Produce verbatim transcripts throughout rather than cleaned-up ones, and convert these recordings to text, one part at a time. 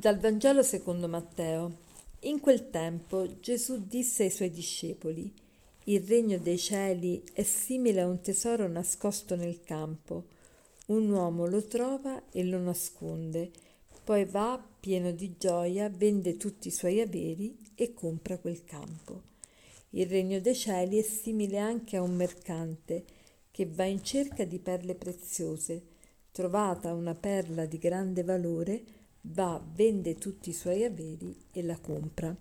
Dal Vangelo secondo Matteo. In quel tempo Gesù disse ai suoi discepoli: Il regno dei cieli è simile a un tesoro nascosto nel campo. Un uomo lo trova e lo nasconde, poi va pieno di gioia, vende tutti i suoi averi e compra quel campo. Il regno dei cieli è simile anche a un mercante che va in cerca di perle preziose. Trovata una perla di grande valore, va, vende tutti i suoi averi e la compra.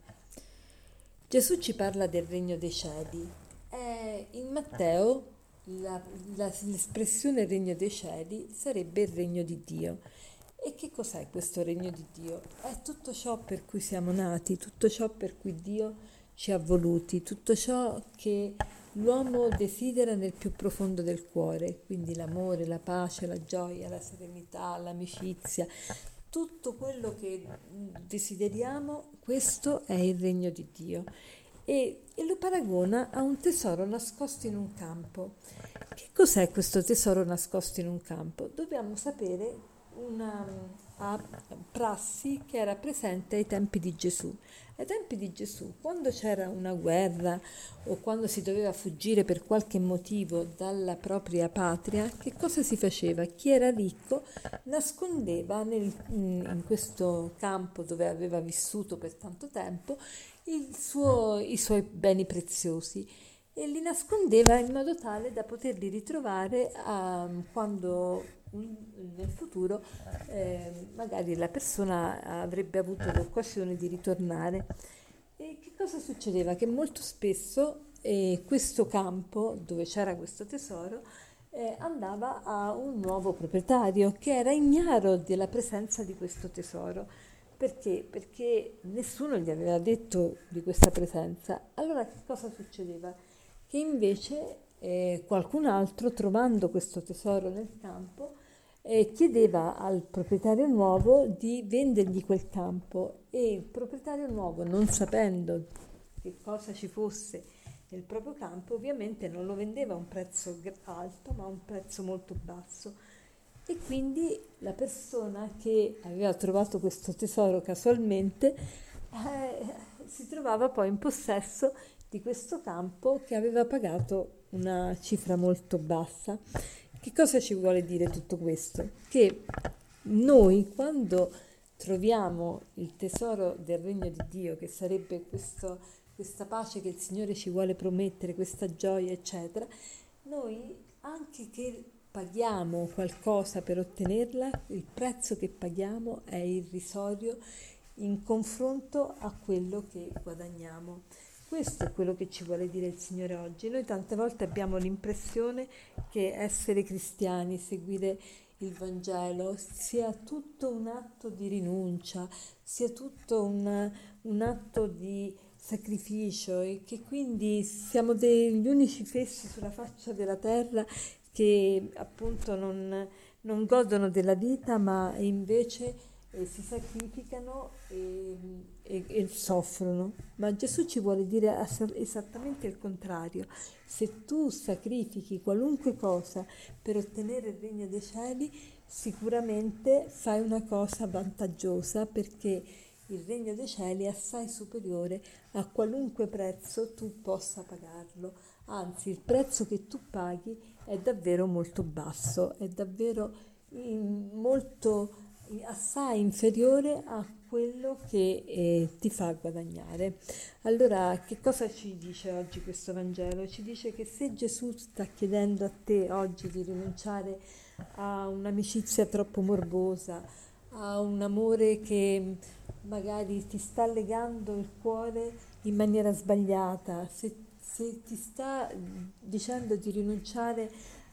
Gesù ci parla del regno dei cieli. Eh, in Matteo la, la, l'espressione regno dei cieli sarebbe il regno di Dio. E che cos'è questo regno di Dio? È tutto ciò per cui siamo nati, tutto ciò per cui Dio ci ha voluti, tutto ciò che l'uomo desidera nel più profondo del cuore, quindi l'amore, la pace, la gioia, la serenità, l'amicizia, tutto quello che desideriamo, questo è il regno di Dio. E, e lo paragona a un tesoro nascosto in un campo. Che cos'è questo tesoro nascosto in un campo? Dobbiamo sapere una uh, prassi che era presente ai tempi di Gesù. Ai tempi di Gesù, quando c'era una guerra o quando si doveva fuggire per qualche motivo dalla propria patria, che cosa si faceva? Chi era ricco nascondeva nel, in questo campo dove aveva vissuto per tanto tempo il suo, i suoi beni preziosi e li nascondeva in modo tale da poterli ritrovare a, quando nel futuro eh, magari la persona avrebbe avuto l'occasione di ritornare. E che cosa succedeva? Che molto spesso eh, questo campo dove c'era questo tesoro eh, andava a un nuovo proprietario che era ignaro della presenza di questo tesoro. Perché? Perché nessuno gli aveva detto di questa presenza. Allora che cosa succedeva? Che invece eh, qualcun altro, trovando questo tesoro nel campo, eh, chiedeva al proprietario nuovo di vendergli quel campo e il proprietario nuovo, non sapendo che cosa ci fosse nel proprio campo, ovviamente non lo vendeva a un prezzo alto, ma a un prezzo molto basso. E quindi la persona che aveva trovato questo tesoro casualmente eh, si trovava poi in possesso di questo campo che aveva pagato una cifra molto bassa. Che cosa ci vuole dire tutto questo? Che noi quando troviamo il tesoro del regno di Dio, che sarebbe questo, questa pace che il Signore ci vuole promettere, questa gioia, eccetera, noi anche che paghiamo qualcosa per ottenerla, il prezzo che paghiamo è irrisorio in confronto a quello che guadagniamo. Questo è quello che ci vuole dire il Signore oggi. Noi tante volte abbiamo l'impressione che essere cristiani, seguire il Vangelo, sia tutto un atto di rinuncia, sia tutto un, un atto di sacrificio e che quindi siamo degli unici fessi sulla faccia della terra che appunto non, non godono della vita, ma invece eh, si sacrificano e, e, e soffrono. Ma Gesù ci vuole dire esattamente il contrario. Se tu sacrifichi qualunque cosa per ottenere il regno dei cieli, sicuramente fai una cosa vantaggiosa, perché il regno dei cieli è assai superiore a qualunque prezzo tu possa pagarlo. Anzi, il prezzo che tu paghi è davvero molto basso, è davvero in, molto assai inferiore a quello che eh, ti fa guadagnare. Allora, che cosa ci dice oggi questo Vangelo? Ci dice che se Gesù sta chiedendo a te oggi di rinunciare a un'amicizia troppo morbosa, a un amore che magari ti sta legando il cuore in maniera sbagliata, se, se ti sta dicendo di rinunciare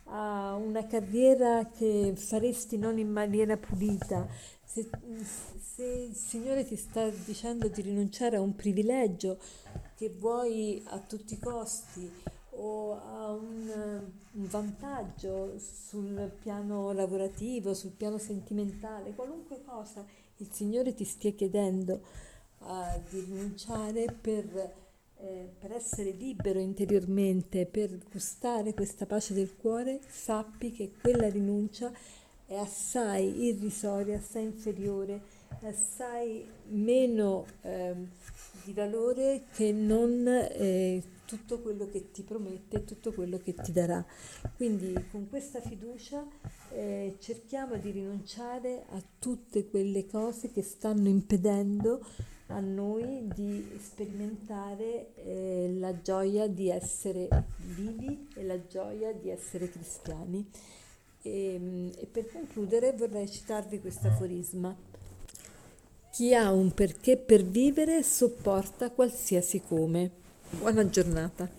a una carriera che faresti non in maniera pulita, se, se il Signore ti sta dicendo di rinunciare a un privilegio che vuoi a tutti i costi o a un, un vantaggio sul piano lavorativo, sul piano sentimentale, qualunque cosa il Signore ti stia chiedendo uh, di rinunciare per Eh, per essere libero interiormente, per gustare questa pace del cuore, sappi che quella rinuncia è assai irrisoria, assai inferiore, assai meno ehm, di valore che non eh, tutto quello che ti promette, tutto quello che ti darà. Quindi con questa fiducia eh, cerchiamo di rinunciare a tutte quelle cose che stanno impedendo a noi di sperimentare eh, la gioia di essere vivi e la gioia di essere cristiani. E, e per concludere vorrei citarvi questo aforisma: chi ha un perché per vivere sopporta qualsiasi come. Buona giornata.